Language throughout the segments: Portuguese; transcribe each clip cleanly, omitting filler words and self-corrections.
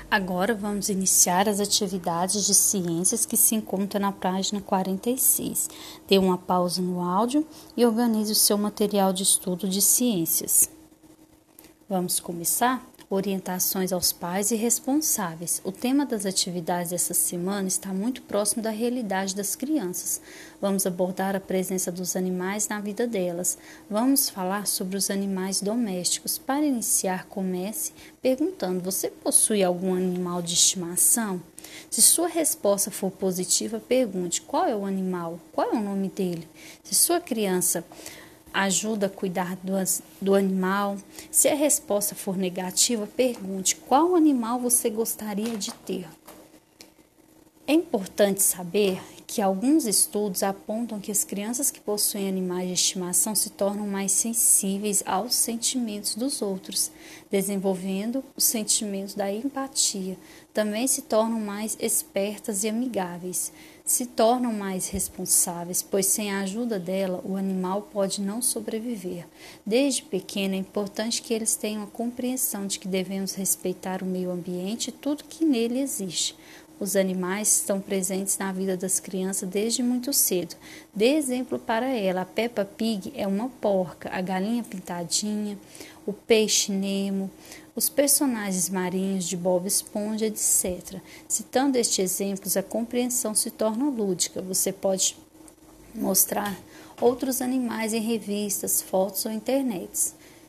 Agora vamos iniciar as atividades de ciências que se encontram na página 46. Dê uma pausa no áudio e organize o seu material de estudo de ciências. Vamos começar? Orientações aos pais e responsáveis. O tema das atividades dessa semana está muito próximo da realidade das crianças. Vamos abordar a presença dos animais na vida delas. Vamos falar sobre os animais domésticos. Para iniciar, comece perguntando: você possui algum animal de estimação? Se sua resposta for positiva, pergunte: qual é o animal? Qual é o nome dele? Se sua criança ajuda a cuidar do animal. Se a resposta for negativa, pergunte: qual animal você gostaria de ter? É importante saber que alguns estudos apontam que as crianças que possuem animais de estimação se tornam mais sensíveis aos sentimentos dos outros, desenvolvendo os sentimentos da empatia. Também se tornam mais espertas e amigáveis. Se tornam mais responsáveis, pois sem a ajuda dela, o animal pode não sobreviver. Desde pequeno, é importante que eles tenham a compreensão de que devemos respeitar o meio ambiente e tudo que nele existe. Os animais estão presentes na vida das crianças desde muito cedo. Dê exemplo para ela. A Peppa Pig é uma porca, a galinha pintadinha, o peixe Nemo, os personagens marinhos de Bob Esponja, etc. Citando estes exemplos, a compreensão se torna lúdica. Você pode mostrar outros animais em revistas, fotos ou internet.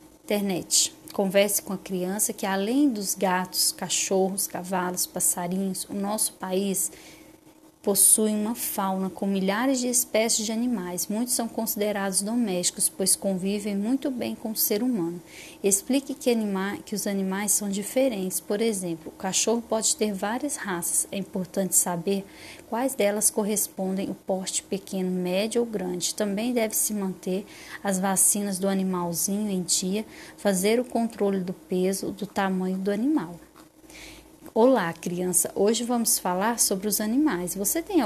Converse com a criança que, além dos gatos, cachorros, cavalos, passarinhos, o nosso país possui uma fauna com milhares de espécies de animais. Muitos são considerados domésticos, pois convivem muito bem com o ser humano. Explique que os animais são diferentes. Por exemplo, o cachorro pode ter várias raças. É importante saber quais delas correspondem ao porte pequeno, médio ou grande. Também deve-se manter as vacinas do animalzinho em dia, fazer o controle do peso, do tamanho do animal. Olá, criança! Hoje vamos falar sobre os animais. Você tem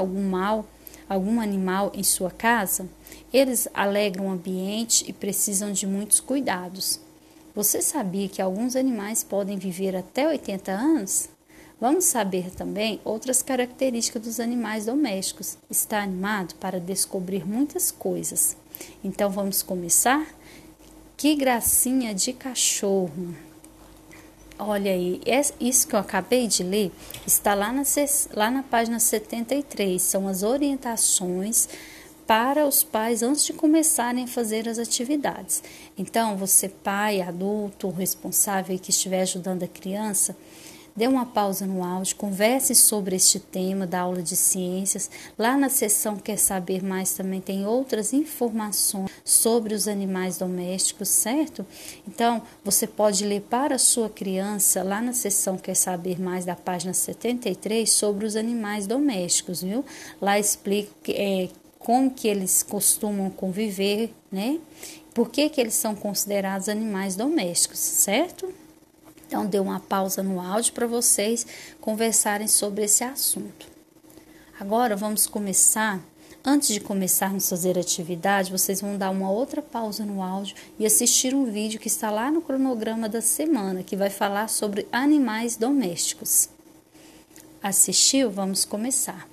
algum animal em sua casa? Eles alegram o ambiente e precisam de muitos cuidados. Você sabia que alguns animais podem viver até 80 anos? Vamos saber também outras características dos animais domésticos. Está animado para descobrir muitas coisas. Então vamos começar? Que gracinha de cachorro! Olha aí, isso que eu acabei de ler está lá na página 73. São as orientações para os pais antes de começarem a fazer as atividades. Então, você pai, adulto, responsável que estiver ajudando a criança, dê uma pausa no áudio, converse sobre este tema da aula de ciências. Lá na seção Quer Saber Mais também tem outras informações sobre os animais domésticos, certo? Então, você pode ler para a sua criança, lá na seção Quer Saber Mais da página 73, sobre os animais domésticos, viu? Lá explica como que eles costumam conviver, né? Por que eles são considerados animais domésticos, certo? Então, dê uma pausa no áudio para vocês conversarem sobre esse assunto. Agora, vamos começar. Antes de começarmos a fazer a atividade, vocês vão dar uma outra pausa no áudio e assistir um vídeo que está lá no cronograma da semana, que vai falar sobre animais domésticos. Assistiu? Vamos começar.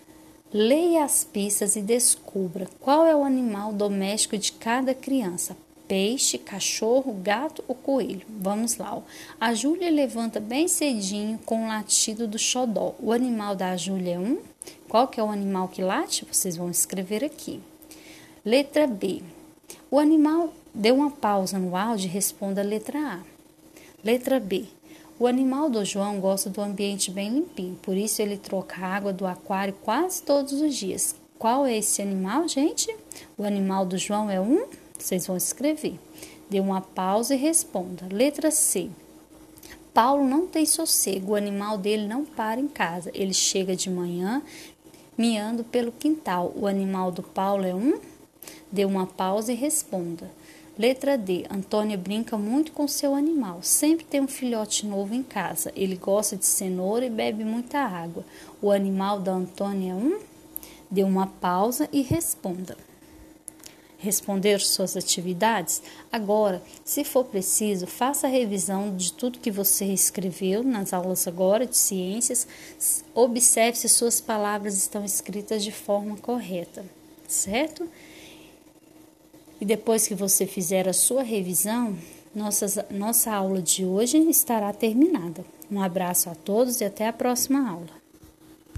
Leia as pistas e descubra qual é o animal doméstico de cada criança. Peixe, cachorro, gato ou coelho? Vamos lá. A Júlia levanta bem cedinho com o latido do xodó. O animal da Júlia é um? Qual que é o animal que late? Vocês vão escrever aqui. Letra B. O animal... Dê uma pausa no áudio e responda a letra A. Letra B. O animal do João gosta do ambiente bem limpinho, por isso ele troca a água do aquário quase todos os dias. Qual é esse animal, gente? O animal do João é um? Vocês vão escrever. Dê uma pausa e responda. Letra C. Paulo não tem sossego. O animal dele não para em casa. Ele chega de manhã miando pelo quintal. O animal do Paulo é um? Dê uma pausa e responda. Letra D. Antônia brinca muito com seu animal. Sempre tem um filhote novo em casa. Ele gosta de cenoura e bebe muita água. O animal da Antônia é um? Dê uma pausa e responda. responder suas atividades? Agora, se for preciso, faça a revisão de tudo que você escreveu nas aulas agora de ciências. Observe se suas palavras estão escritas de forma correta, certo? E depois que você fizer a sua revisão, nossa aula de hoje estará terminada. Um abraço a todos e até a próxima aula.